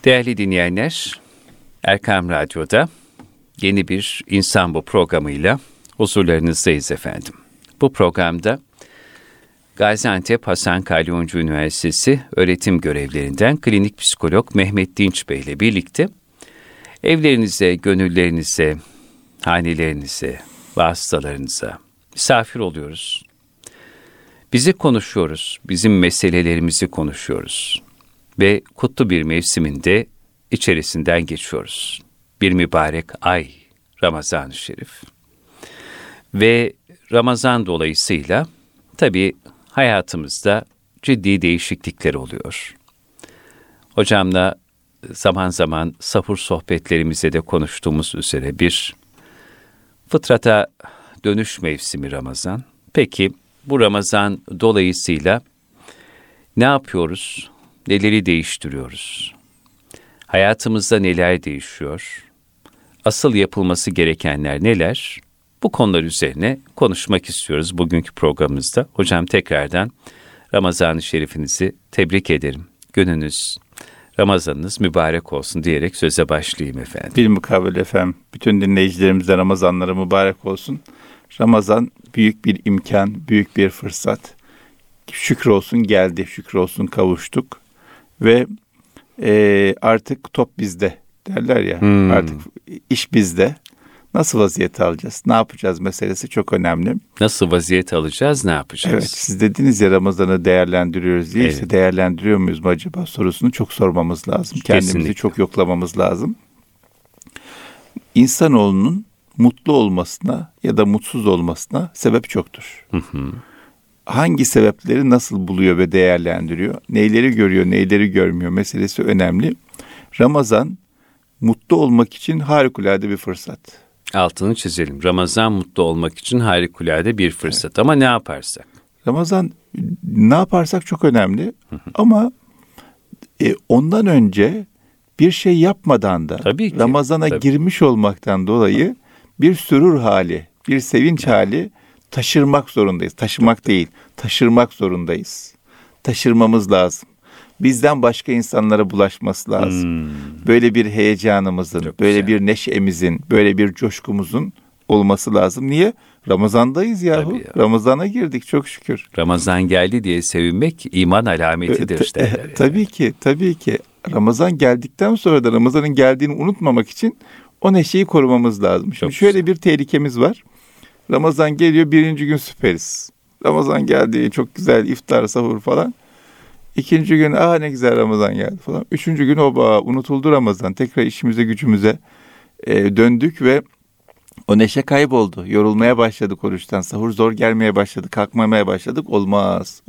Değerli dinleyenler, Erkam Radyo'da yeni bir İnsan Bu programıyla huzurlarınızdayız efendim. Bu programda Gaziantep Hasan Kalyoncu Üniversitesi öğretim görevlerinden klinik psikolog Mehmet Dinç Bey ile birlikte evlerinize, gönüllerinize, hanelerinize, vasıtalarınıza misafir oluyoruz. Bizi konuşuyoruz, bizim meselelerimizi konuşuyoruz ve kutlu bir mevsiminde içerisinden geçiyoruz. Bir mübarek ay, Ramazan-ı Şerif. Ve Ramazan dolayısıyla tabii hayatımızda ciddi değişiklikler oluyor. Hocamla zaman zaman sahur sohbetlerimizde de konuştuğumuz üzere bir fıtrata dönüş mevsimi Ramazan. Peki bu Ramazan dolayısıyla ne yapıyoruz? Neleri değiştiriyoruz? Hayatımızda neler değişiyor? Asıl yapılması gerekenler neler? Bu konular üzerine konuşmak istiyoruz bugünkü programımızda. Hocam tekrardan Ramazan-ı Şerifinizi tebrik ederim. Gününüz, Ramazanınız mübarek olsun diyerek söze başlayayım efendim. Bilmukabele efendim. Bütün dinleyicilerimize Ramazanları mübarek olsun. Ramazan büyük bir imkan, büyük bir fırsat. Şükür olsun geldi, şükür olsun kavuştuk. Ve artık top bizde derler ya, artık iş bizde. Nasıl vaziyet alacağız, ne yapacağız meselesi çok önemli. Nasıl vaziyet alacağız, ne yapacağız? Evet, siz dediniz ya Ramazan'ı değerlendiriyoruz diye. Evet. İşte değerlendiriyor muyuz mu acaba sorusunu çok sormamız lazım. Kendimizi Kesinlikle. çok yoklamamız lazım. İnsanoğlunun mutlu olmasına ya da mutsuz olmasına sebep çoktur. Hangi sebepleri nasıl buluyor ve değerlendiriyor? Neyleri görüyor, neyleri görmüyor meselesi önemli. Ramazan mutlu olmak için harikulade bir fırsat. Altını çizelim. Ramazan mutlu olmak için harikulade bir fırsat. Evet. Ama ne yaparsak? Ramazan ne yaparsak çok önemli. Ama ondan önce bir şey yapmadan da tabii ki, Ramazan'a girmiş olmaktan dolayı bir sürur hali, bir sevinç hali taşırmak zorundayız. Taşımak değil, taşırmak zorundayız. Taşırmamız lazım. Bizden başka insanlara bulaşması lazım. Böyle bir heyecanımızın, çok böyle güzel bir neşemizin, böyle bir coşkumuzun olması lazım. Niye? Ramazandayız yahu. Ya. Ramazana girdik çok şükür. Ramazan geldi diye sevinmek iman alametidir derler. Yani. Tabii ki. Ramazan geldikten sonra da Ramazan'ın geldiğini unutmamak için o neşeyi korumamız lazım. Şimdi şöyle bir tehlikemiz var. Ramazan geliyor, birinci gün süperiz. Ramazan geldi, çok güzel iftar, sahur falan. İkinci gün ne güzel Ramazan geldi falan. Üçüncü gün unutuldu Ramazan. Tekrar işimize gücümüze döndük ve o neşe kayboldu. Yorulmaya başladık oruçtan. Sahur zor gelmeye başladı. Kalkmamaya başladık. Olmaz.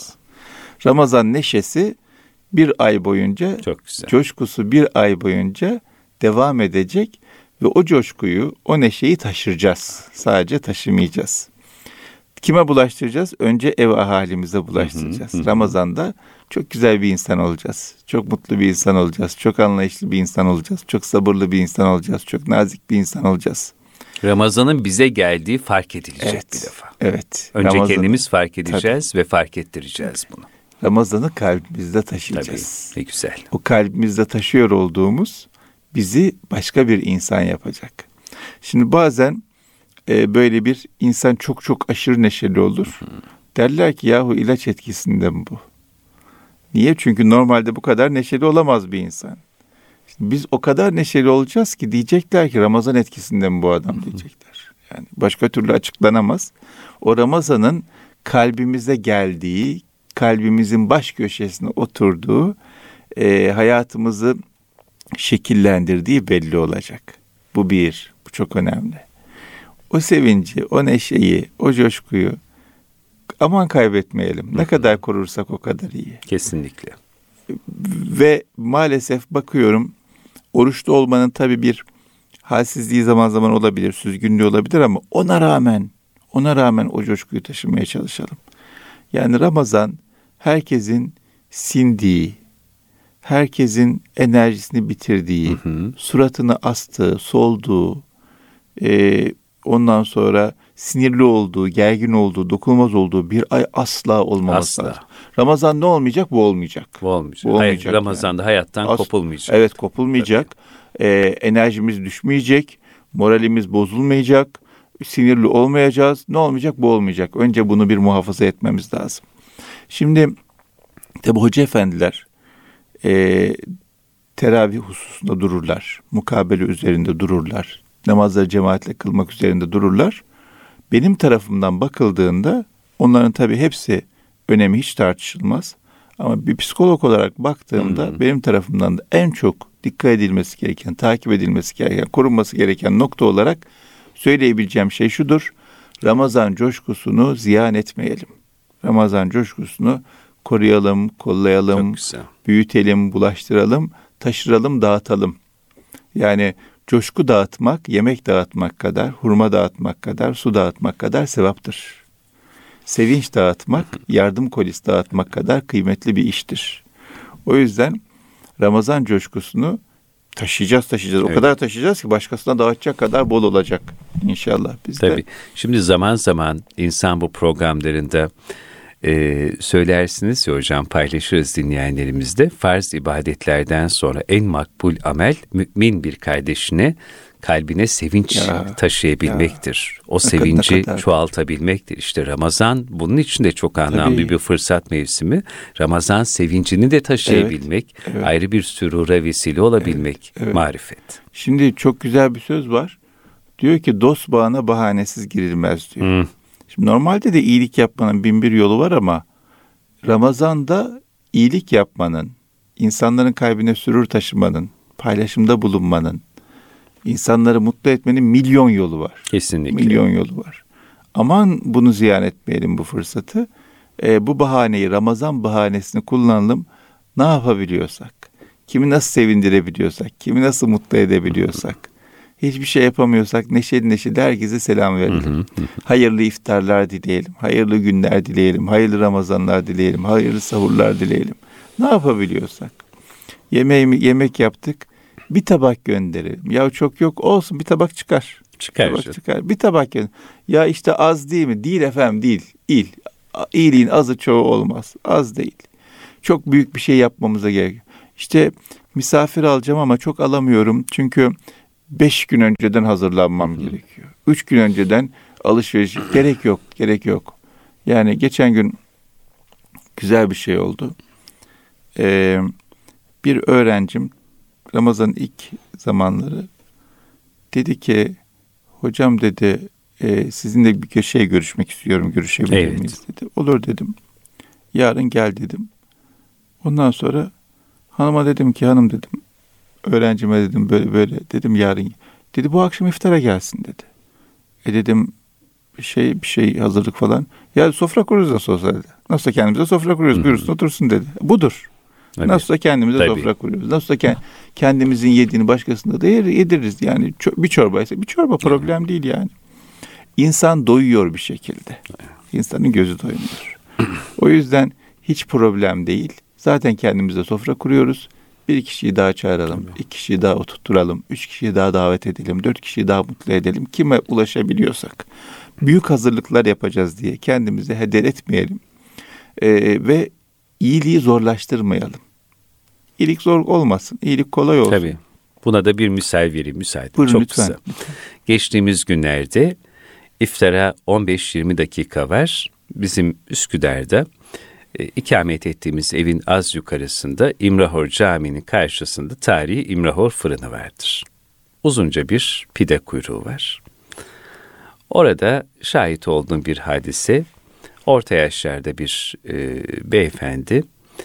Ramazan neşesi bir ay boyunca, coşkusu bir ay boyunca devam edecek. Ve o coşkuyu, o neşeyi taşıracağız. Sadece taşımayacağız. Kime bulaştıracağız? Önce ev ahalimize bulaştıracağız. Ramazan'da çok güzel bir insan olacağız. Çok mutlu bir insan olacağız. Çok anlayışlı bir insan olacağız. Çok sabırlı bir insan olacağız. Çok nazik bir insan olacağız. Ramazan'ın bize geldiği fark edilecek bir defa. Evet. Önce kendimiz fark edeceğiz ve fark ettireceğiz bunu. Ramazan'ı kalbimizde taşıyacağız. Tabii, ne güzel. O kalbimizde taşıyor olduğumuz bizi başka bir insan yapacak. Şimdi bazen böyle bir insan çok aşırı neşeli olur. Derler ki yahu ilaç etkisinde mi bu? Niye? Çünkü normalde bu kadar neşeli olamaz bir insan. Şimdi biz o kadar neşeli olacağız ki diyecekler ki Ramazan etkisinde mi bu adam diyecekler. Yani başka türlü açıklanamaz. O Ramazan'ın kalbimize geldiği, kalbimizin baş köşesine oturduğu, hayatımızı şekillendirdiği belli olacak. Bu çok önemli. O sevinci, o neşeyi, o coşkuyu aman kaybetmeyelim. Ne kadar korursak o kadar iyi. Kesinlikle. Ve maalesef bakıyorum oruçlu olmanın tabii bir halsizliği zaman zaman olabilir, süzgünlüğü olabilir ama ona rağmen o coşkuyu taşımaya çalışalım. Yani Ramazan herkesin sindiği, herkesin enerjisini bitirdiği, suratını astığı, solduğu, ondan sonra sinirli olduğu, gergin olduğu, dokunulmaz olduğu bir ay asla olmaması lazım. Ramazan ne olmayacak? Bu olmayacak. Bu olmayacak. Bu olmayacak. Hayır, Ramazan'da hayattan kopulmayacak. Evet, kopulmayacak. Enerjimiz düşmeyecek. Moralimiz bozulmayacak. Sinirli olmayacağız. Ne olmayacak? Bu olmayacak. Önce bunu bir muhafaza etmemiz lazım. Şimdi tabi hoca efendiler teravih hususunda dururlar. Mukabele üzerinde dururlar. Namazları cemaatle kılmak üzerinde dururlar. Benim tarafımdan bakıldığında onların tabii hepsi önemi hiç tartışılmaz. Ama bir psikolog olarak baktığımda benim tarafımdan da en çok dikkat edilmesi gereken, takip edilmesi gereken, korunması gereken nokta olarak söyleyebileceğim şey şudur. Ramazan coşkusunu ziyan etmeyelim. Ramazan coşkusunu koruyalım, kollayalım, büyütelim, bulaştıralım, taşıralım, dağıtalım. Yani coşku dağıtmak, yemek dağıtmak kadar, hurma dağıtmak kadar, su dağıtmak kadar sevaptır. Sevinç dağıtmak, yardım kolisi dağıtmak kadar kıymetli bir iştir. O yüzden Ramazan coşkusunu taşıyacağız. Evet. O kadar taşıyacağız ki başkasına dağıtacak kadar bol olacak inşallah bizde. Tabii. Şimdi zaman zaman insan bu programlarında söylersiniz ya hocam, paylaşırız dinleyenlerimizde. Farz ibadetlerden sonra en makbul amel mümin bir kardeşine kalbine sevinç taşıyabilmektir. O sevinci çoğaltabilmektir. İşte Ramazan bunun için de çok anlamlı bir fırsat mevsimi. Ramazan sevincini de taşıyabilmek, ayrı bir sürura vesile olabilmek, marifet. Şimdi çok güzel bir söz var. Diyor ki dost bağına bahanesiz girilmez diyor. Şimdi normalde de iyilik yapmanın 1001 yolu var ama Ramazan'da iyilik yapmanın, insanların kalbine sürur taşımanın, paylaşımda bulunmanın, insanları mutlu etmenin milyon yolu var. Kesinlikle. Milyon yolu var. Aman bunu ziyan etmeyelim bu fırsatı. Bu bahaneyi, Ramazan bahanesini kullanalım. Ne yapabiliyorsak, kimi nasıl sevindirebiliyorsak, kimi nasıl mutlu edebiliyorsak, hiçbir şey yapamıyorsak neşeli herkese selam verelim. Hayırlı iftarlar dileyelim, hayırlı günler dileyelim, hayırlı Ramazanlar dileyelim, hayırlı sahurlar dileyelim. Ne yapabiliyorsak. Yemek yaptık. Bir tabak gönderelim. Ya çok yok olsun, bir tabak çıkar. Çıkar. Bir tabak gönder. Ya işte az değil mi? Değil efendim, değil. İyiliğin azı çoğu olmaz. Az değil. Çok büyük bir şey yapmamıza gerekiyor. İşte misafir alacağım ama çok alamıyorum. Çünkü 5 gün önceden hazırlanmam gerekiyor. 3 gün önceden alışveriş gerek yok. Yani geçen gün güzel bir şey oldu. Bir öğrencim Ramazan'ın ilk zamanları dedi ki hocam dedi sizinle bir şey görüşmek istiyorum, görüşebilir miyiz dedi. Olur dedim. Yarın gel dedim. Ondan sonra hanıma dedim ki hanım dedim, öğrencime dedim böyle dedim yarın. Dedi bu akşam iftara gelsin dedi. Dedim bir şey hazırlık falan. Ya sofra kururuz nasıl olsa dedi. Nasılsa kendimize sofra kuruyoruz. Buyursun otursun dedi. Budur. Tabii. Nasılsa kendimize sofra kuruyoruz. Nasılsa kendimizin yediğini başkasında da yediririz. Yani bir çorbaysa bir çorba problem değil yani. İnsan doyuyor bir şekilde. İnsanın gözü doymuyor. O yüzden hiç problem değil. Zaten kendimize sofra kuruyoruz. Bir kişiyi daha çağıralım. Tabii. 2 kişiyi daha oturtturalım. 3 kişiyi daha davet edelim. 4 kişiyi daha mutlu edelim. Kime ulaşabiliyorsak. Büyük hazırlıklar yapacağız diye kendimize heder etmeyelim. Ve iyiliği zorlaştırmayalım. İyilik zor olmasın. İyilik kolay olsun. Tabii. Buna da bir misal vereyim. Buyurun, çok lütfen. kısa. Geçtiğimiz günlerde iftara 15-20 dakika var. Bizim Üsküdar'da ikamet ettiğimiz evin az yukarısında İmrahor Camii'nin karşısında tarihi İmrahor fırını vardır. Uzunca bir pide kuyruğu var. Orada şahit olduğum bir hadise, orta yaşlarda bir beyefendi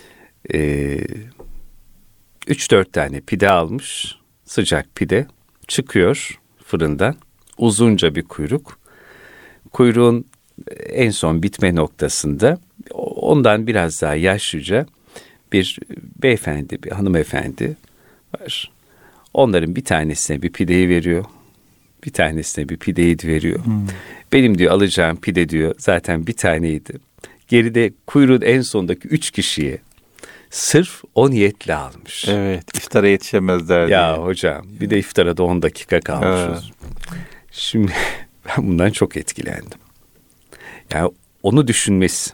3-4 tane pide almış, sıcak pide, çıkıyor fırından, uzunca bir kuyruk. Kuyruğun en son bitme noktasında ondan biraz daha yaşlıca bir beyefendi, bir hanımefendi var. Onların bir tanesine bir pideyi veriyor, bir tanesine bir pideyi veriyor. Benim diyor alacağım pide diyor zaten bir taneydi. Geride kuyruğun en sondaki 3 kişiye sırf o niyetle almış. Evet, iftara yetişemezler diye. Ya hocam bir de iftara da 10 dakika kalmışız. Şimdi Ben bundan çok etkilendim. Yani onu düşünmesi.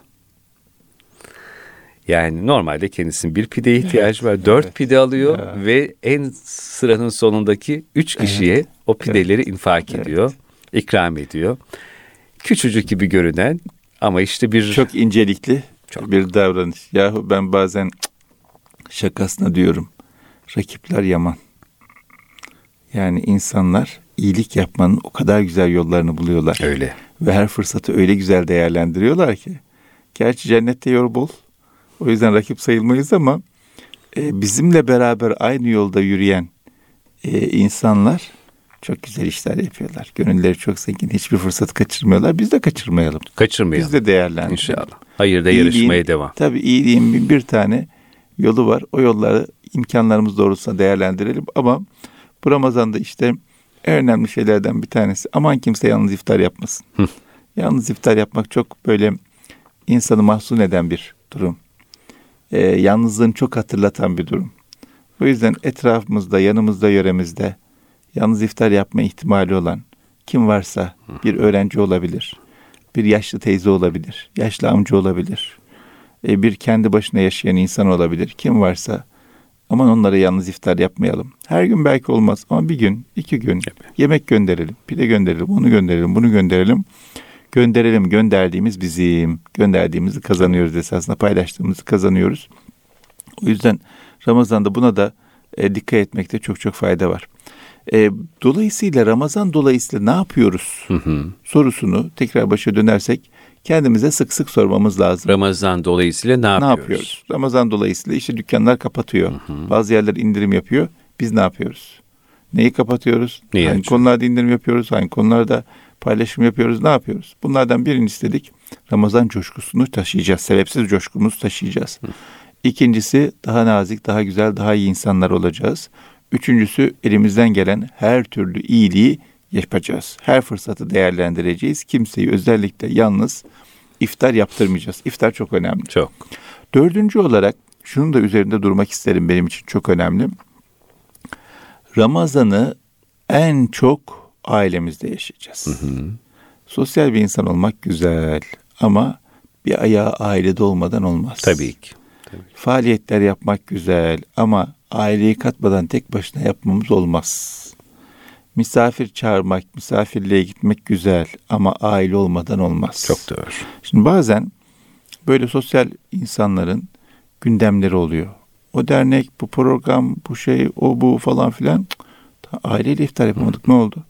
Yani normalde kendisinin bir pideye ihtiyacı var. 4 pide alıyor ve en sıranın sonundaki 3 kişiye o pideleri infak ediyor. İkram ediyor. Küçücük gibi görünen ama işte bir... Çok incelikli bir davranış. Yahu ben bazen şakasına diyorum. Rakipler yaman. Yani insanlar iyilik yapmanın o kadar güzel yollarını buluyorlar. Öyle. Ve her fırsatı öyle güzel değerlendiriyorlar ki. Gerçi cennette yol bol. O yüzden rakip sayılmayız ama bizimle beraber aynı yolda yürüyen insanlar çok güzel işler yapıyorlar. Gönülleri çok zengin. Hiçbir fırsat kaçırmıyorlar. Biz de kaçırmayalım. Biz de değerlendirelim. İnşallah. Hayırda yarışmaya devam. Tabii iyiliğin bir tane yolu var. O yolları imkanlarımız doğrultusunda değerlendirelim. Ama bu Ramazan'da işte en önemli şeylerden bir tanesi. Aman kimse yalnız iftar yapmasın. Yalnız iftar yapmak çok böyle insanı mahzun eden bir durum. Yalnızlığını çok hatırlatan bir durum. O yüzden etrafımızda, yanımızda, yöremizde yalnız iftar yapma ihtimali olan kim varsa bir öğrenci olabilir, bir yaşlı teyze olabilir, yaşlı amca olabilir, bir kendi başına yaşayan insan olabilir. Kim varsa aman onlara yalnız iftar yapmayalım. Her gün belki olmaz ama bir gün, 2 gün yemek gönderelim, pide gönderelim, onu gönderelim, bunu gönderelim. Gönderdiğimiz bizim. Gönderdiğimizi kazanıyoruz esasında. Paylaştığımızı kazanıyoruz. O yüzden Ramazan'da buna da dikkat etmekte çok çok fayda var. Dolayısıyla Ramazan dolayısıyla ne yapıyoruz sorusunu tekrar başa dönersek kendimize sık sık sormamız lazım. Ramazan dolayısıyla ne yapıyoruz? Ramazan dolayısıyla işte dükkanlar kapatıyor. Bazı yerler indirim yapıyor. Biz ne yapıyoruz? Neyi kapatıyoruz? Hangi konularda indirim yapıyoruz? Hangi konularda paylaşım yapıyoruz? Ne yapıyoruz? Bunlardan birini istedik. Ramazan coşkusunu taşıyacağız. Sebepsiz coşkumuzu taşıyacağız. İkincisi daha nazik, daha güzel, daha iyi insanlar olacağız. Üçüncüsü elimizden gelen her türlü iyiliği yapacağız. Her fırsatı değerlendireceğiz. Kimseyi özellikle yalnız iftar yaptırmayacağız. İftar çok önemli. Çok. 4. olarak şunu da üzerinde durmak isterim, benim için çok önemli. Ramazan'ı en çok ailemizde yaşayacağız. Sosyal bir insan olmak güzel ama bir ayağı ailede olmadan olmaz. Tabii ki. Faaliyetler yapmak güzel ama aileyi katmadan tek başına yapmamız olmaz. Misafir çağırmak, misafirliğe gitmek güzel ama aile olmadan olmaz. Çok doğru. Şimdi bazen böyle sosyal insanların gündemleri oluyor. O dernek, bu program, bu şey, o bu falan filan. Aileyle iftar yapamadık. Ne oldu?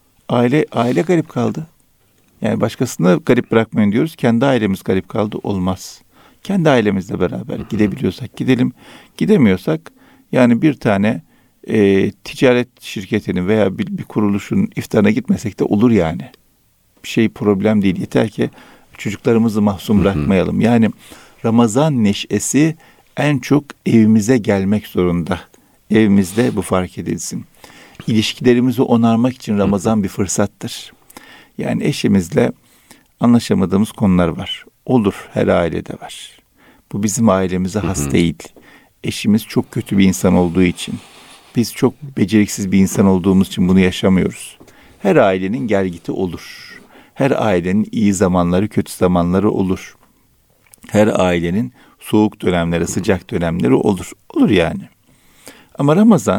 Aile garip kaldı. Yani başkasını garip bırakmayın diyoruz. Kendi ailemiz garip kaldı. Olmaz. Kendi ailemizle beraber gidebiliyorsak gidelim. Gidemiyorsak yani bir tane ticaret şirketinin veya bir kuruluşun iftarına gitmesek de olur yani. Bir şey problem değil. Yeter ki çocuklarımızı mahzun bırakmayalım. Yani Ramazan neşesi en çok evimize gelmek zorunda. Evimizde bu fark edilsin. İlişkilerimizi onarmak için Ramazan bir fırsattır. Yani eşimizle anlaşamadığımız konular var. Olur, her ailede var. Bu bizim ailemize has değil. Eşimiz çok kötü bir insan olduğu için, biz çok beceriksiz bir insan olduğumuz için bunu yaşamıyoruz. Her ailenin gelgiti olur. Her ailenin iyi zamanları, kötü zamanları olur. Her ailenin soğuk dönemleri, sıcak dönemleri olur. Olur yani. Ama Ramazan,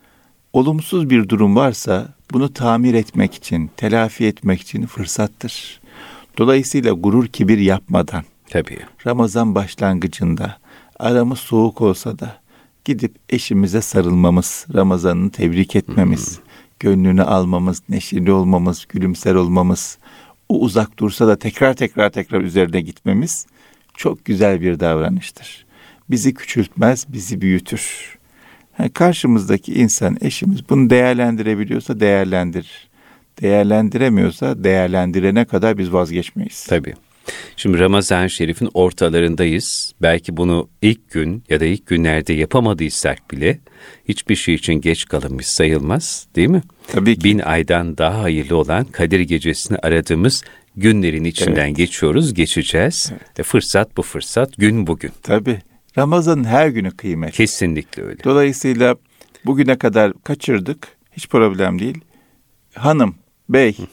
olumsuz bir durum varsa bunu tamir etmek için, telafi etmek için fırsattır. Dolayısıyla gurur, kibir yapmadan, tabii, Ramazan başlangıcında aramız soğuk olsa da gidip eşimize sarılmamız, Ramazan'ını tebrik etmemiz, gönlünü almamız, neşeli olmamız, gülümser olmamız, o uzak dursa da tekrar üzerine gitmemiz çok güzel bir davranıştır. Bizi küçültmez, bizi büyütür. Yani karşımızdaki insan, eşimiz bunu değerlendirebiliyorsa değerlendirir. Değerlendiremiyorsa değerlendirene kadar biz vazgeçmeyiz. Tabii. Şimdi Ramazan-ı Şerif'in ortalarındayız. Belki bunu ilk gün ya da ilk günlerde yapamadıysak bile hiçbir şey için geç kalınmış sayılmaz, değil mi? Tabii ki. 1000 aydan daha hayırlı olan Kadir Gecesi'ni aradığımız günlerin içinden geçiyoruz, geçeceğiz. Evet. Fırsat bu fırsat, gün bugün. Tabii. Ramazan'ın her günü kıymetli. Kesinlikle öyle. Dolayısıyla bugüne kadar kaçırdık, hiç problem değil. Hanım, bey,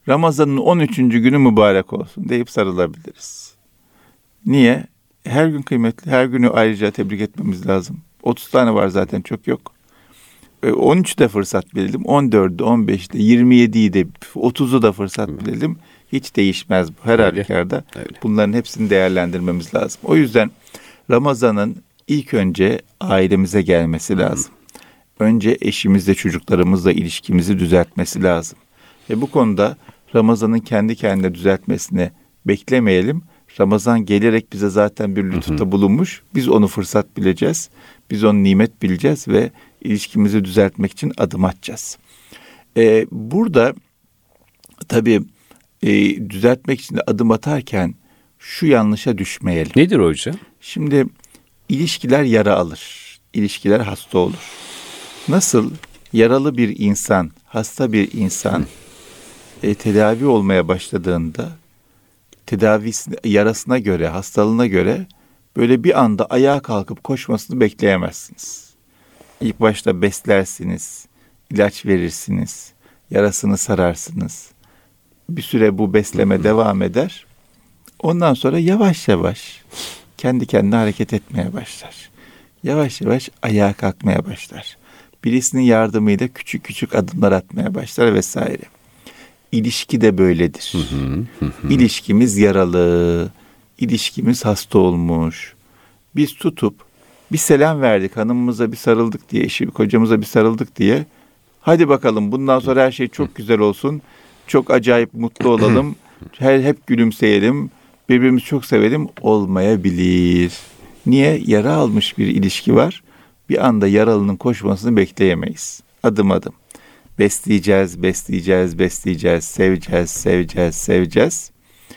Ramazan'ın 13. günü mübarek olsun deyip sarılabiliriz. Niye? Her gün kıymetli. Her günü ayrıca tebrik etmemiz lazım. 30 tane var zaten, çok yok. 13'de fırsat bilelim. 14'de, 15'de, 27'yi de, 30'u da fırsat bilelim. Hiç değişmez bu. Her halükarda bunların hepsini değerlendirmemiz lazım. O yüzden Ramazan'ın ilk önce ailemize gelmesi lazım. Önce eşimizle, çocuklarımızla ilişkimizi düzeltmesi lazım. Bu konuda Ramazan'ın kendi kendine düzeltmesini beklemeyelim. Ramazan gelerek bize zaten bir lütufta bulunmuş. Biz onu fırsat bileceğiz. Biz onu nimet bileceğiz ve ilişkimizi düzeltmek için adım atacağız. Burada tabii düzeltmek için de adım atarken şu yanlışa düşmeyelim. Nedir hocam? Şimdi ilişkiler yara alır. İlişkiler hasta olur. Nasıl yaralı bir insan, hasta bir insan tedavi olmaya başladığında yarasına göre, hastalığına göre böyle bir anda ayağa kalkıp koşmasını bekleyemezsiniz. İlk başta beslersiniz, ilaç verirsiniz, yarasını sararsınız. Bir süre bu besleme devam eder. Ondan sonra yavaş yavaş kendi kendine hareket etmeye başlar. Yavaş yavaş ayağa kalkmaya başlar. Birisinin yardımıyla küçük küçük adımlar atmaya başlar vesaire. İlişki de böyledir. İlişkimiz yaralı, ilişkimiz hasta olmuş. Biz tutup bir selam verdik, hanımımıza bir sarıldık diye, kocamıza bir sarıldık diye. Hadi bakalım bundan sonra her şey çok güzel olsun. Çok acayip mutlu olalım. Hep gülümseyelim. Birbirimizi çok sevelim. Olmayabilir. Niye? Yara almış bir ilişki var. Bir anda yaralının koşmasını bekleyemeyiz. Adım adım. Besleyeceğiz, besleyeceğiz, besleyeceğiz. Seveceğiz, seveceğiz, seveceğiz.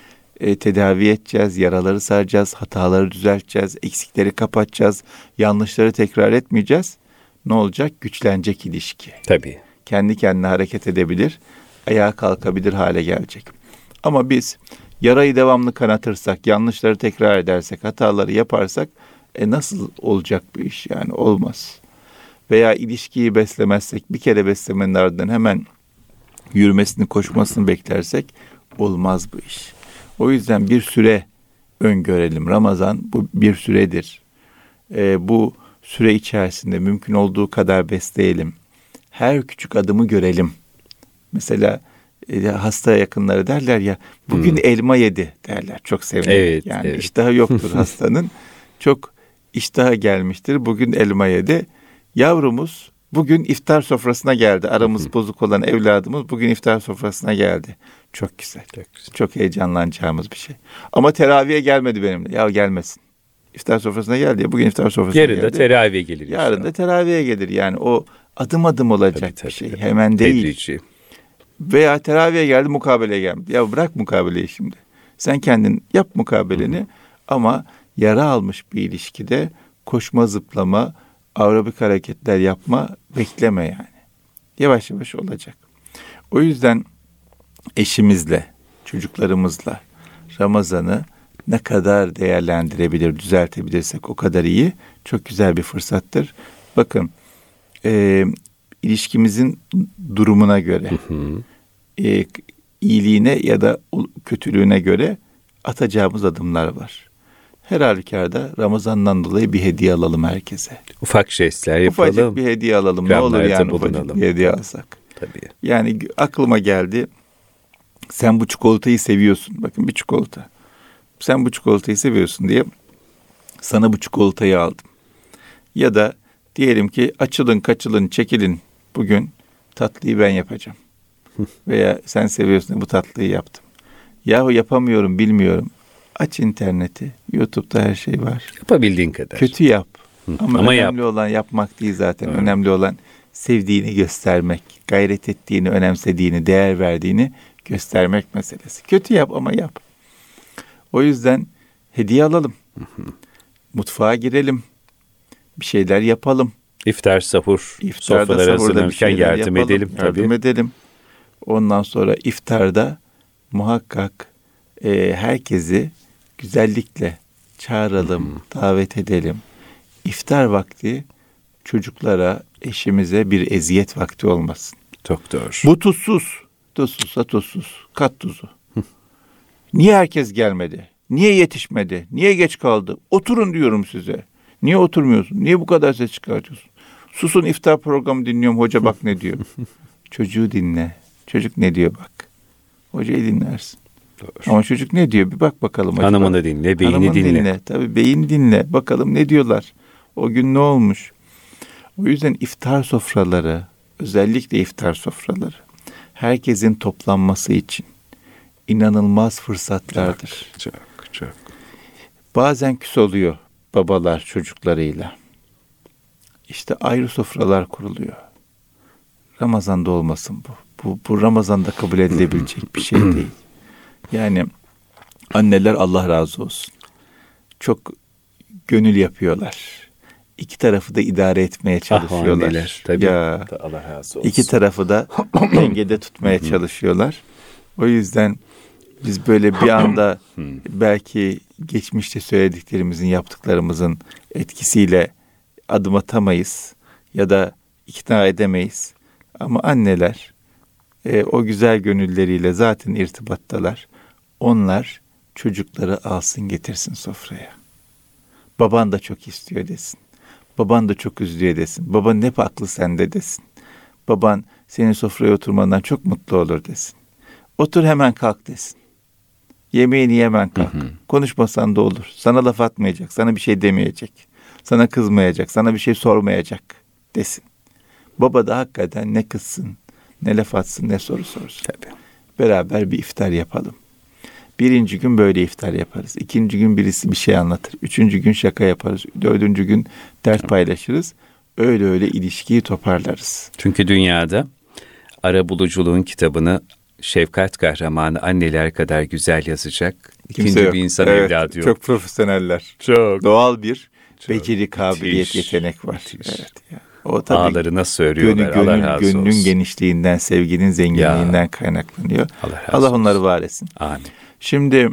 Tedavi edeceğiz, yaraları saracağız, hataları düzelteceğiz, eksikleri kapatacağız, yanlışları tekrar etmeyeceğiz. Ne olacak? Güçlenecek ilişki. Tabii. Kendi kendine hareket edebilir, ayağa kalkabilir hale gelecek. Ama biz yarayı devamlı kanatırsak, yanlışları tekrar edersek, hataları yaparsak nasıl olacak bu iş? Yani olmaz. Veya ilişkiyi beslemezsek, bir kere beslemenin ardından hemen yürümesini, koşmasını beklersek olmaz bu iş. O yüzden bir süre öngörelim. Ramazan bu bir süredir. Bu süre içerisinde mümkün olduğu kadar besleyelim. Her küçük adımı görelim. Mesela hasta yakınları derler ya, bugün elma yedi derler. Çok sevinir. Evet, yani evet. iştahı yoktur hastanın. Çok iştahı gelmiştir. Bugün elma yedi. Yavrumuz bugün iftar sofrasına geldi. Aramız bozuk olan evladımız bugün iftar sofrasına geldi. Çok güzel. Çok güzel. Çok heyecanlanacağımız bir şey. Ama teraviye gelmedi benimle. Ya gelmesin. İftar sofrasına geldi ya. Bugün iftar sofrasına geldi. Yarın da teraviye gelir. Yarın da teraviye gelir. Yani o adım adım olacak bir şey. Hemen değil. Tedrici. Veya teraviye geldi, mukabeleye geldi. Ya bırak mukabeleyi şimdi. Sen kendin yap mukabeleni. Ama yara almış bir ilişkide koşma, zıplama, aerobik hareketler yapma bekleme yani. Yavaş yavaş olacak. O yüzden eşimizle, çocuklarımızla Ramazan'ı ne kadar değerlendirebilir, düzeltebilirsek o kadar iyi. Çok güzel bir fırsattır. Bakın, ilişkimizin durumuna göre, iyiliğine ya da kötülüğüne göre atacağımız adımlar var. Her halükarda Ramazan'dan dolayı bir hediye alalım herkese. Ufak jestler yapalım. Ufacık bir hediye alalım. Ne olur yani ufacık bir hediye alsak. Tabii. Yani aklıma geldi. Sen bu çikolatayı seviyorsun. Bakın bir çikolata. Sen bu çikolatayı seviyorsun diye sana bu çikolatayı aldım. Ya da diyelim ki açılın, kaçılın, çekilin. Bugün tatlıyı ben yapacağım. Veya sen seviyorsun diye bu tatlıyı yaptım. Yahu yapamıyorum, bilmiyorum. Aç interneti. YouTube'da her şey var. Yapabildiğin kadar. Kötü yap. Ama önemli yap. olan yapmak değil zaten. Evet. Önemli olan sevdiğini göstermek, gayret ettiğini, önemsediğini, değer verdiğini göstermek meselesi. Kötü yap ama yap. O yüzden hediye alalım. Mutfağa girelim. Bir şeyler yapalım. İftar, sahur, İftarda, sofraları sahurda bir hazırlanırken şeyler yardım yapalım, edelim. Yardım tabii. edelim. Ondan sonra iftarda muhakkak herkesi güzellikle çağıralım, davet edelim. İftar vakti çocuklara, eşimize bir eziyet vakti olmasın. Çok doğru. Bu tuzsuz. laktozsuz, satozsuz, kat tuzu. Niye herkes gelmedi? Niye yetişmedi? Niye geç kaldı? Oturun diyorum size. Niye oturmuyorsun? Niye bu kadar ses çıkartıyorsun? Susun, iftar programı dinliyorum. Hoca bak ne diyor. Çocuğu dinle. Çocuk ne diyor bak. Hocayı dinlersin. Doğru. Ama çocuk ne diyor? Bir bak bakalım. Hanımını dinle, beyni dinle. Tabii beyin dinle. Bakalım ne diyorlar. O gün ne olmuş? O yüzden iftar sofraları, özellikle iftar sofraları, herkesin toplanması için inanılmaz fırsatlardır. Çok. Bazen küs oluyor babalar çocuklarıyla. İşte ayrı sofralar kuruluyor. Ramazan'da olmasın bu. Bu Ramazan'da kabul edilebilecek bir şey değil. Yani anneler Allah razı olsun. Çok gönül yapıyorlar. İki tarafı da idare etmeye çalışıyorlar. Anneler, tabii. Ya, Allah razı olsun. İki tarafı da dengede tutmaya çalışıyorlar. O yüzden biz böyle bir anda belki geçmişte söylediklerimizin, yaptıklarımızın etkisiyle adım atamayız ya da ikna edemeyiz. Ama anneler o güzel gönülleriyle zaten irtibattalar. Onlar çocukları alsın getirsin sofraya. Baban da çok istiyor desin. Baban da çok üzülüyor desin. Babanın hep aklı sende desin. Baban senin sofraya oturmandan çok mutlu olur desin. Otur hemen kalk desin. Yemeğini hemen kalk. Konuşmasan da olur. Sana laf atmayacak. Sana bir şey demeyecek. Sana kızmayacak. Sana bir şey sormayacak desin. Baba da hakikaten ne kızsın, ne laf atsın, ne soru sorsun. Tabii. Beraber bir iftar yapalım. Birinci gün böyle iftar yaparız. İkinci gün birisi bir şey anlatır. Üçüncü gün şaka yaparız. Dördüncü gün dert paylaşırız. Öyle ilişkiyi toparlarız. Çünkü dünyada arabuluculuğun kitabını şefkat kahramanı anneler kadar güzel yazacak Kimse yok. bir insan Evet, evladı yok. çok profesyoneller. Çok. Doğal bir Çok beceri, kabiliyet, yetenek var. Evet ya. O tabii ağları nasıl örüyorlar. Allah razı olsun. gönlün genişliğinden, sevginin zenginliğinden kaynaklanıyor. Allah onları var etsin. Amin. Şimdi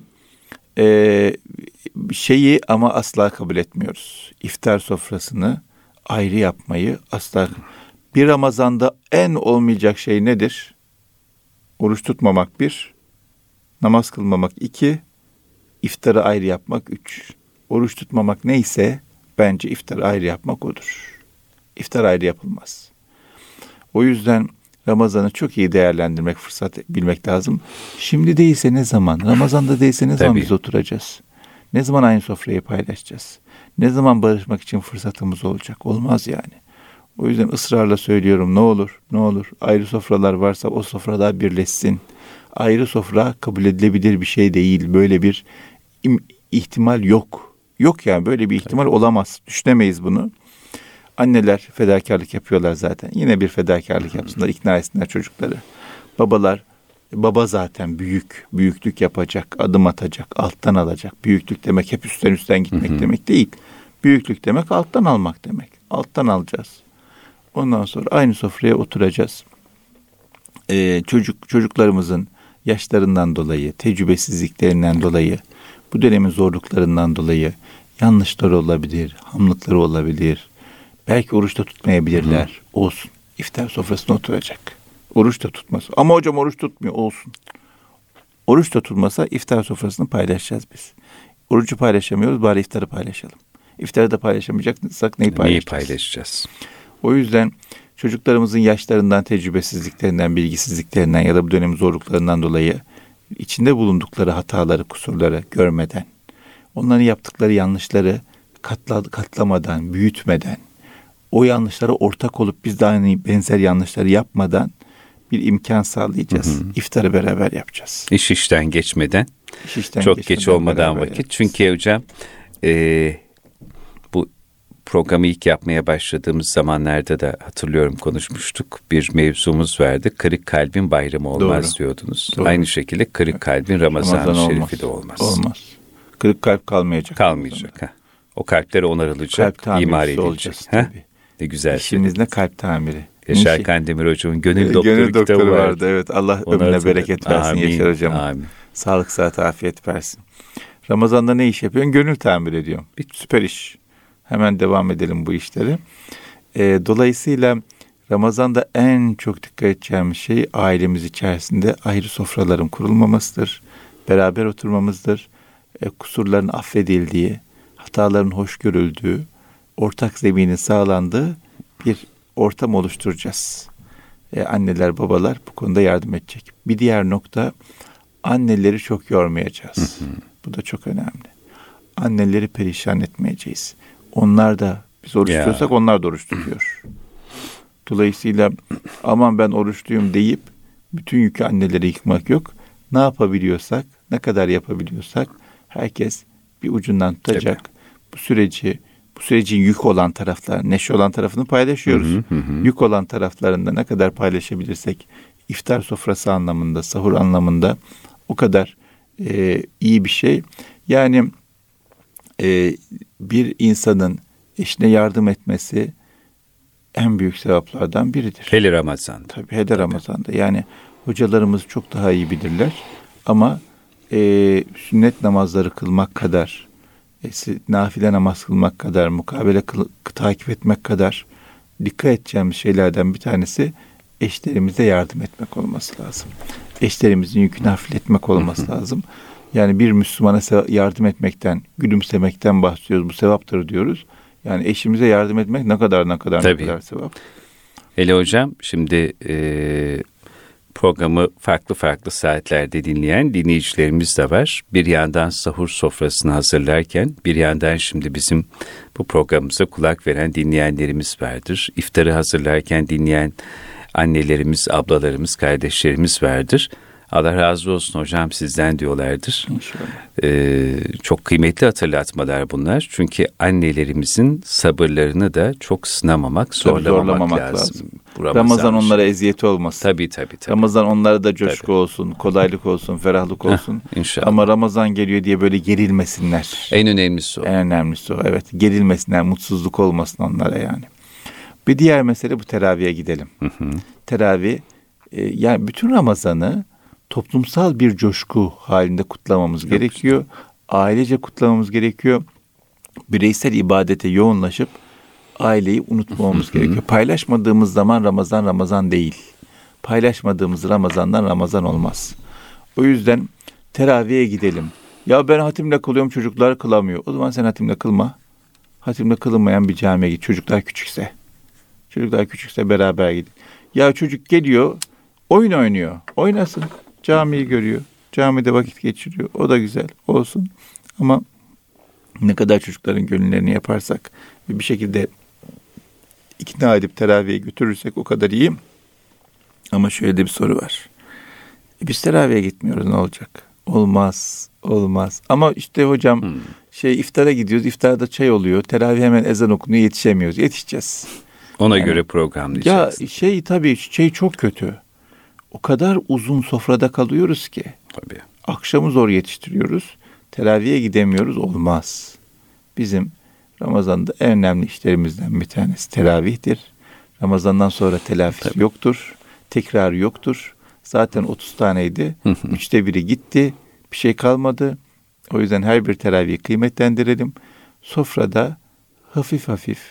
şeyi ama asla kabul etmiyoruz. İftar sofrasını ayrı yapmayı asla. Bir Ramazan'da en olmayacak şey nedir? Oruç tutmamak 1, namaz kılmamak 2, iftarı ayrı yapmak 3. Oruç tutmamak neyse bence iftarı ayrı yapmak odur. İftar ayrı yapılmaz. O yüzden Ramazan'ı çok iyi değerlendirmek, fırsat bilmek lazım. Şimdi değilse ne zaman? Ramazan'da değilse ne zaman biz oturacağız? Ne zaman aynı sofrayı paylaşacağız? Ne zaman barışmak için fırsatımız olacak? Olmaz yani. O yüzden ısrarla söylüyorum, ne olur ayrı sofralar varsa o sofralar birleşsin. Ayrı sofra kabul edilebilir bir şey değil. Böyle bir ihtimal yok. Yok yani, böyle bir ihtimal olamaz. Düşünemeyiz bunu. Anneler fedakarlık yapıyorlar zaten. Yine bir fedakarlık yapsınlar, ikna etsinler çocukları. Baba zaten büyüklük yapacak, adım atacak, alttan alacak. Büyüklük demek hep üstten gitmek demek değil. Büyüklük demek alttan almak demek. Alttan alacağız. Ondan sonra aynı sofraya oturacağız. Çocuklarımızın yaşlarından dolayı, tecrübesizliklerinden dolayı, bu dönemin zorluklarından dolayı yanlışları olabilir, hamlıkları olabilir. Belki oruç da tutmayabilirler. Olsun. İftar sofrasına oturacak. Oruç da tutmaz. Ama hocam oruç tutmuyor. Olsun. Oruç da tutmasa iftar sofrasını paylaşacağız biz. Orucu paylaşamıyoruz, bari iftarı paylaşalım. İftarı da paylaşamayacaksak neyi paylaşacağız? O yüzden çocuklarımızın yaşlarından, tecrübesizliklerinden, bilgisizliklerinden ya da bu dönemin zorluklarından dolayı içinde bulundukları hataları, kusurları görmeden, onların yaptıkları yanlışları katlamadan, büyütmeden, o yanlışlara ortak olup biz de aynı benzer yanlışları yapmadan bir imkan sağlayacağız. İftarı beraber yapacağız. İş işten geçmeden, çok geç olmadan vakit. Yapacağız. Çünkü hocam bu programı ilk yapmaya başladığımız zamanlarda da hatırlıyorum konuşmuştuk. Bir mevzumuz vardı. Kırık kalbin bayramı olmaz diyordunuz. Doğru. Aynı şekilde kırık kalbin Ramazan-ı Şerifi de olmaz. Olmaz. Kırık kalp kalmayacak. O kalpleri onarılacak, imar edilecek. Ne güzel. İşimiz ne? Kalp tamiri. Yaşar Kandemir hocamın Gönül Doktoru kitabı vardı. Evet. Allah ömrüne bereket versin Yaşar hocam. Amin. Sağlık, sıhhat, afiyet versin. Ramazan'da ne iş yapıyorsun? Gönül tamir ediyorum. Bir süper iş. Hemen devam edelim bu işleri. Dolayısıyla Ramazan'da en çok dikkat edeceğimiz şey ailemiz içerisinde ayrı sofraların kurulmamasıdır. Beraber oturmamızdır. Kusurların affedildiği, hataların hoş görüldüğü, ortak zeminin sağlandığı bir ortam oluşturacağız. Anneler, babalar bu konuda yardım edecek. Bir diğer nokta, anneleri çok yormayacağız. Bu da çok önemli. Anneleri perişan etmeyeceğiz. Onlar da, biz oruç tutuyorsak onlar da oruç tutuyor. Dolayısıyla aman ben oruçluyum deyip bütün yükü annelere yıkmak yok. Ne yapabiliyorsak, ne kadar yapabiliyorsak herkes bir ucundan tutacak. Tabii. Bu sürecin yük olan taraflar, neşe olan tarafını paylaşıyoruz. Yük olan taraflarında ne kadar paylaşabilirsek, iftar sofrası anlamında, sahur anlamında o kadar iyi bir şey. Yani bir insanın eşine yardım etmesi en büyük sevaplardan biridir. Hele Ramazan'da. Tabii hele Ramazan'da. Yani hocalarımız çok daha iyi bilirler. Ama sünnet namazları kılmak kadar, nafile namaz kılmak kadar, mukabele takip etmek kadar dikkat edeceğimiz şeylerden bir tanesi eşlerimize yardım etmek olması lazım. Eşlerimizin yükünü hafifletmek olması lazım. Yani bir Müslümana yardım etmekten, gülümsemekten bahsediyoruz. Bu sevaptır diyoruz. Yani eşimize yardım etmek ne kadar sevap. Hele hocam, şimdi programı farklı saatlerde dinleyen dinleyicilerimiz de var. Bir yandan sahur sofrasını hazırlarken, bir yandan şimdi bizim bu programımıza kulak veren dinleyenlerimiz vardır. İftarı hazırlarken dinleyen annelerimiz, ablalarımız, kardeşlerimiz vardır. Allah razı olsun hocam sizden diyorlardır. Çok kıymetli hatırlatmalar bunlar. Çünkü annelerimizin sabırlarını da çok sınamamak, zorlamamak lazım. Ramazan onlara eziyeti olmasın. Tabii. Ramazan onlara da coşku olsun, kolaylık olsun, ferahlık olsun. İnşallah. Ama Ramazan geliyor diye böyle gerilmesinler. En önemlisi o. En önemlisi o, evet. Gerilmesinler, mutsuzluk olmasın onlara yani. Bir diğer mesele bu, teraviye gidelim. Teravih, yani bütün Ramazan'ı toplumsal bir coşku halinde kutlamamız gerekiyor. Ailece kutlamamız gerekiyor. Bireysel ibadete yoğunlaşıp aileyi unutmamamız gerekiyor. Paylaşmadığımız zaman Ramazan değil. Paylaşmadığımız Ramazan'dan Ramazan olmaz. O yüzden teraviye gidelim. Ya ben hatimle kılıyorum, çocuklar kılamıyor. O zaman sen hatimle kılma. Hatimle kılınmayan bir camiye git. Çocuklar küçükse beraber gidin. Ya çocuk geliyor, oyun oynuyor. Oynasın. Camiyi görüyor. Camide vakit geçiriyor. O da güzel. Olsun. Ama ne kadar çocukların gönüllerini yaparsak ve bir şekilde ikna edip teraviye götürürsek o kadar iyi. Ama şöyle de bir soru var. Biz teraviye gitmiyoruz, ne olacak? Olmaz. Ama işte hocam iftara gidiyoruz. İftarda çay oluyor. Teravih hemen ezan okunuyor. Yetişemiyoruz. Yetişeceğiz. Ona göre programlayacağız. Ya tabii çok kötü. O kadar uzun sofrada kalıyoruz ki. Tabii. Akşamı zor yetiştiriyoruz. Teraviye gidemiyoruz. Olmaz. Bizim Ramazan'da en önemli işlerimizden bir tanesi teravihtir. Ramazan'dan sonra telafisi yoktur. Tekrarı yoktur. Zaten 30 taneydi. 3'te 1'i gitti. Bir şey kalmadı. O yüzden her bir teravihi kıymetlendirelim. Sofrada hafif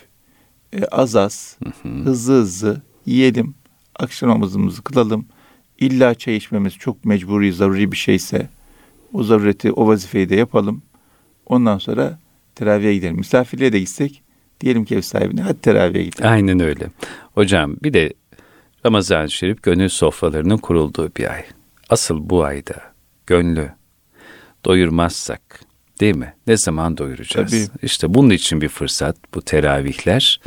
az hızlı yiyelim. Akşam namazımızı kılalım. İlla çay içmemiz çok mecburi, zaruri bir şeyse o zarureti, o vazifeyi de yapalım. Ondan sonra teraviye gidelim. Misafirliğe de gitsek diyelim ki ev sahibine, hadi teraviye gidelim. Aynen öyle. Hocam bir de Ramazan-ı Şerif gönül sofralarının kurulduğu bir ay. Asıl bu ayda gönlü doyurmazsak, değil mi? Ne zaman doyuracağız? Tabii. İşte bunun için bir fırsat bu teravihler.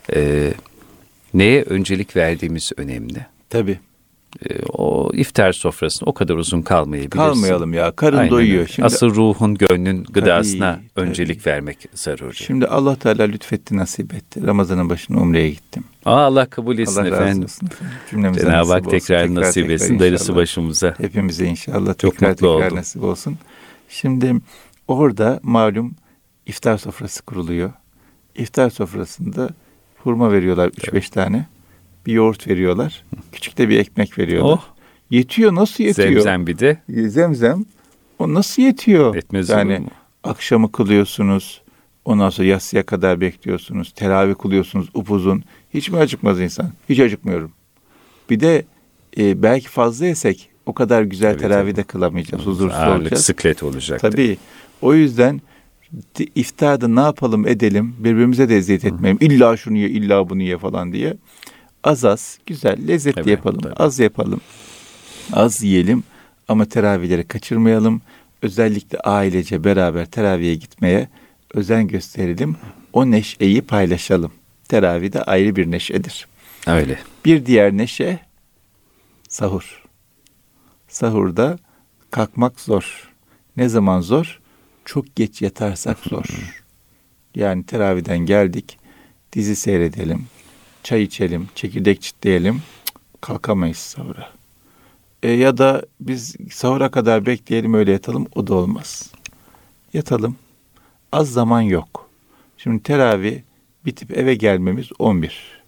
Neye öncelik verdiğimiz önemli. Tabii. O iftar sofrasında o kadar uzun kalmayabilirsin. Kalmayalım ya. Karın aynen doyuyor. Şimdi, asıl ruhun, gönlün gıdasına tabii. öncelik vermek zaruri. Şimdi Allah Teala lütfetti, nasip etti. Ramazan'ın başına umreye gittim. Allah kabul etsin Allah efendim. Razı olsun efendim. Cenab-ı Hak tekrar nasip etsin. Darısı başımıza. Hepimize inşallah çok tekrar nasip olsun. Şimdi orada malum iftar sofrası kuruluyor. İftar sofrasında hurma veriyorlar 3-5 tane. Bir yoğurt veriyorlar. Küçük de bir ekmek veriyorlar. Oh. Yetiyor, nasıl yetiyor? Zemzem bir de. Zemzem. O nasıl yetiyor? Etmez yani akşamı kılıyorsunuz. Ondan sonra yatsıya kadar bekliyorsunuz. Teravih kılıyorsunuz upuzun. Hiç mi acıkmaz insan? Hiç acıkmıyorum. Bir de belki fazla yesek o kadar güzel teravih de kılamayacağız. Huzursuz ağırlık, olacağız. sıklet olacak. Tabii. O yüzden iftarda ne yapalım edelim, birbirimize de eziyet etmeyelim. İlla şunu ye, illa bunu ye falan diye. Az güzel, lezzetli yapalım. Tabii. Az yapalım. Az yiyelim ama teravihleri kaçırmayalım. Özellikle ailece beraber teravihe gitmeye özen gösterelim. O neşeyi paylaşalım. Teravih de ayrı bir neşedir. Öyle. Bir diğer neşe sahur. Sahurda kalkmak zor. Ne zaman zor? Çok geç yatarsak zor. Yani teravihden geldik, dizi seyredelim, çay içelim, çekirdek çitleyelim, kalkamayız sahura. Ya da biz sahura kadar bekleyelim öyle yatalım, o da olmaz. Yatalım, az zaman yok. Şimdi teravih bitip eve gelmemiz 11.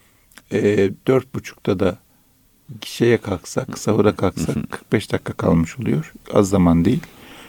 4.30'da da şeye kalksak, sahura kalksak 45 dakika kalmış oluyor. Az zaman değil.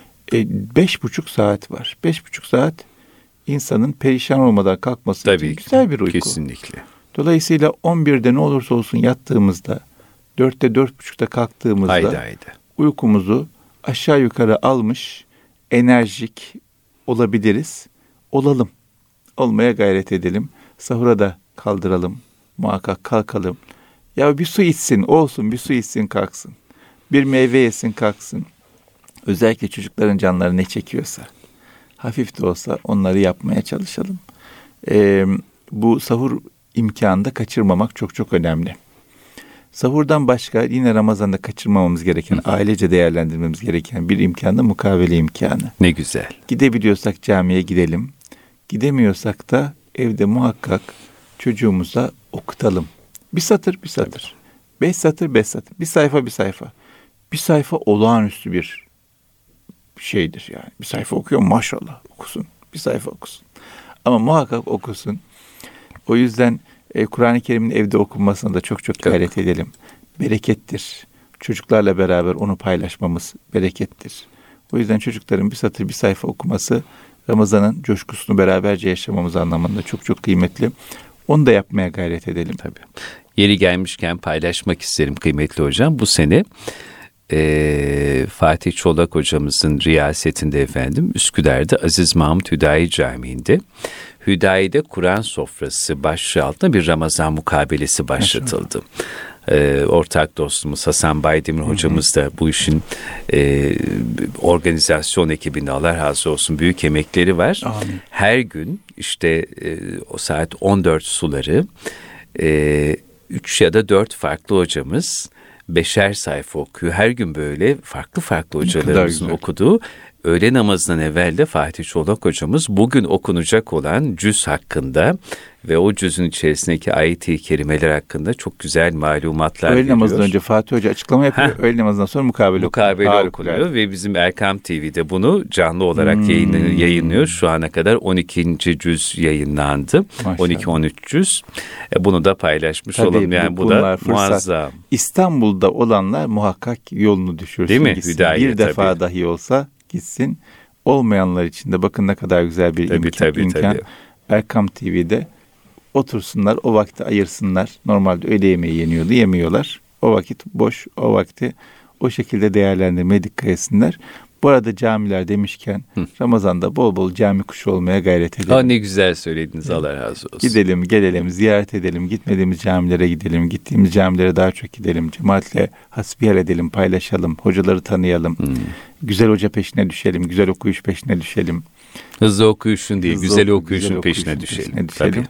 5,5 saat var. 5,5 saat insanın perişan olmadan kalkması tabii için güzel bir uyku. Kesinlikle. Dolayısıyla 11'de ne olursa olsun yattığımızda, 4'te 4.30'da kalktığımızda uykumuzu aşağı yukarı almış, enerjik olabiliriz. Olalım. Olmaya gayret edelim. Sahura da kaldıralım. Muhakkak kalkalım. Ya bir su içsin, olsun bir su içsin kalksın. Bir meyve yesin kalksın. Özellikle çocukların canları ne çekiyorsa, hafif de olsa onları yapmaya çalışalım. Bu sahur imkanını da kaçırmamak çok çok önemli. Sahurdan başka yine Ramazan'da kaçırmamamız gereken, ailece değerlendirmemiz gereken bir imkan da mukavele imkanı. Ne güzel. Gidebiliyorsak camiye gidelim. Gidemiyorsak da evde muhakkak çocuğumuza okutalım. Bir satır. 5 satır. Bir sayfa. Bir sayfa olağanüstü bir şeydir yani. Bir sayfa okuyor maşallah okusun. Bir sayfa okusun. Ama muhakkak okusun. O yüzden Kur'an-ı Kerim'in evde okunmasına da çok gayret edelim. Berekettir. Çocuklarla beraber onu paylaşmamız berekettir. O yüzden çocukların bir satır bir sayfa okuması Ramazan'ın coşkusunu beraberce yaşamamız anlamında çok kıymetli. Onu da yapmaya gayret edelim. Tabii. Yeri gelmişken paylaşmak isterim kıymetli hocam. Bu sene Fatih Çolak hocamızın riyasetinde efendim Üsküdar'da Aziz Mahmut Hüdayi Camii'nde Hüdayi'de Kur'an sofrası başlığı altında bir Ramazan mukabelesi başlatıldı. Ortak dostumuz Hasan Baydemir hocamız da bu işin organizasyon ekibinde Allah razı olsun büyük emekleri var. Amin. Her gün işte o saat 14 suları 3 ya da 4 farklı hocamız 5'er sayfa okuyor. Her gün böyle farklı hocalarımızın okuduğu öğle namazından evvel de Fatih Çolak hocamız bugün okunacak olan cüz hakkında ve o cüzün içerisindeki ayet-i kerimeler hakkında çok güzel malumatlar veriyor. Öğle namazından önce Fatih Hoca açıklama yapıyor. Öğle namazından sonra mukabele okunuyor ve bizim Erkam TV'de bunu canlı olarak yayınlıyor. Şu ana kadar 12. cüz yayınlandı. 12-13 cüz. Bunu da paylaşmış olalım. Yani bu da muazzam. İstanbul'da olanlar muhakkak yolunu düşürsün. Değil mi? Gitsin. Bir defa dahi olsa gitsin. Olmayanlar için de bakın ne kadar güzel bir imkan. Erkam TV'de otursunlar, o vakti ayırsınlar. Normalde öğle yemeği yeniyordu, yemiyorlar. O vakit boş, o vakti o şekilde değerlendirmeye dikkat etsinler. Bu arada camiler demişken Ramazan'da bol bol cami kuşu olmaya gayret edelim. Ne güzel söylediniz, Allah razı olsun. Gidelim, gelelim, ziyaret edelim, gitmediğimiz camilere gidelim, gittiğimiz camilere daha çok gidelim, cemaatle hasbihal edelim, paylaşalım, hocaları tanıyalım, güzel hoca peşine düşelim, güzel okuyuş peşine düşelim. Hızlı okuyuşun değil, güzel okuyuşun peşine düşelim. Tabii.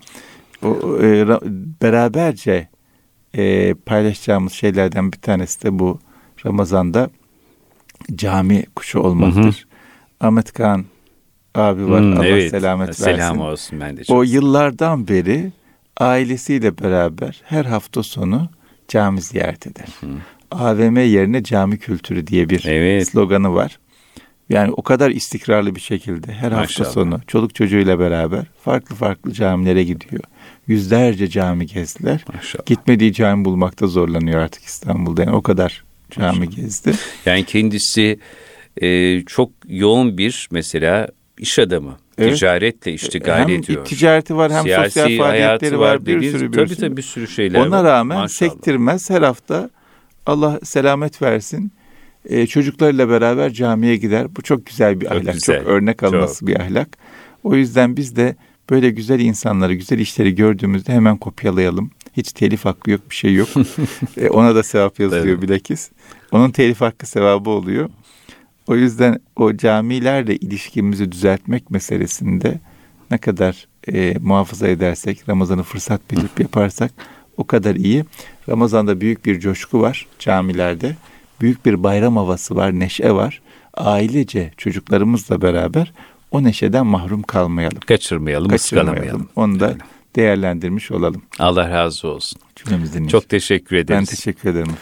Beraberce paylaşacağımız şeylerden bir tanesi de bu Ramazan'da cami kuşu olmaktır. Ahmet Kağan abi var. Allah selamet versin. Selam olsun, ben de çok o yıllardan beri ailesiyle beraber her hafta sonu cami ziyaret eder. AVM yerine cami kültürü diye bir sloganı var. Yani o kadar istikrarlı bir şekilde her hafta sonu çoluk çocuğuyla beraber farklı camilere gidiyor. Yüzlerce cami gezdiler. Maşallah. Gitmediği cami bulmakta zorlanıyor artık İstanbul'da. Yani o kadar cami gezdi. Yani kendisi çok yoğun bir mesela iş adamı. Evet. Ticaretle iştigal ediyor. Hem ticareti var, hem siyasi sosyal faaliyetleri var. Bir sürü şeyler var. Ona rağmen Maşallah. sektirmez. Her hafta Allah selamet versin. Çocuklarıyla beraber camiye gider. Bu çok güzel bir ahlak. Güzel. Çok örnek alınması bir ahlak. O yüzden biz de böyle güzel insanları, güzel işleri gördüğümüzde hemen kopyalayalım. Hiç telif hakkı yok, bir şey yok. Ona da sevap yazılıyor bilakis. Onun telif hakkı sevabı oluyor. O yüzden o camilerle ilişkimizi düzeltmek meselesinde ne kadar muhafaza edersek, Ramazan'ı fırsat bilip yaparsak o kadar iyi. Ramazan'da büyük bir coşku var camilerde. Büyük bir bayram havası var, neşe var. Ailece çocuklarımızla beraber o neşeden mahrum kalmayalım. Kaçırmayalım, ıskalamayalım. Onu da değerlendirmiş olalım. Allah razı olsun. Cümlemizden çok teşekkür ederiz. Ben teşekkür ederim.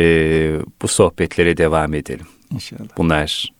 Bu sohbetlere devam edelim. İnşallah. Bunlar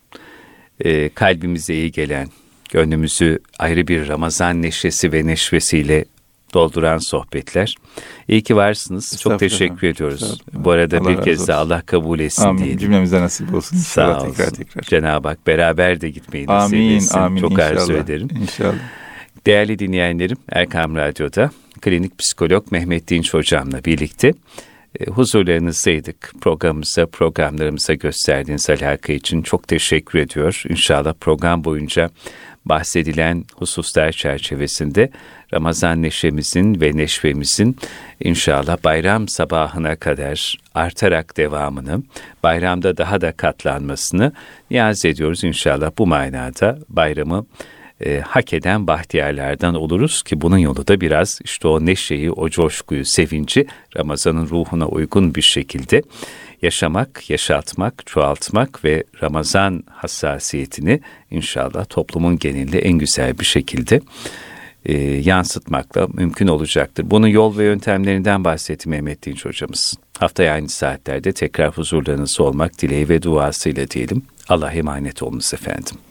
kalbimize iyi gelen, gönlümüzü ayrı bir Ramazan neşesi ve neşvesiyle dolduran sohbetler. İyi ki varsınız. Çok teşekkür ediyoruz. Bu arada Allah bir kez daha Allah kabul etsin amin. diyelim. Cümlemize nasip olsun. Sağ olsun. Tekrar. Cenab-ı Hak beraber de gitmeyi nasip etsin. Amin. Çok İnşallah. arzu ederim. İnşallah. Değerli dinleyenlerim, Erkam Radyo'da klinik psikolog Mehmet Dinç Hocam'la birlikte huzurlarınızdaydık. Programlarımıza gösterdiğiniz alaka için çok teşekkür ediyor. İnşallah program boyunca bahsedilen hususlar çerçevesinde Ramazan neşemizin ve neşvemizin inşallah bayram sabahına kadar artarak devamını, bayramda daha da katlanmasını niyaz ediyoruz. İnşallah bu manada bayramı hak eden bahtiyarlardan oluruz ki bunun yolu da biraz işte o neşeyi, o coşkuyu, sevinci Ramazan'ın ruhuna uygun bir şekilde yaşamak, yaşatmak, çoğaltmak ve Ramazan hassasiyetini inşallah toplumun genelinde en güzel bir şekilde yansıtmakla mümkün olacaktır. Bunun yol ve yöntemlerinden bahsetti Mehmet Dinç Hocamız. Haftaya aynı saatlerde tekrar huzurlarınızda olmak dileği ve duasıyla diyelim. Allah'a emanet olunuz efendim.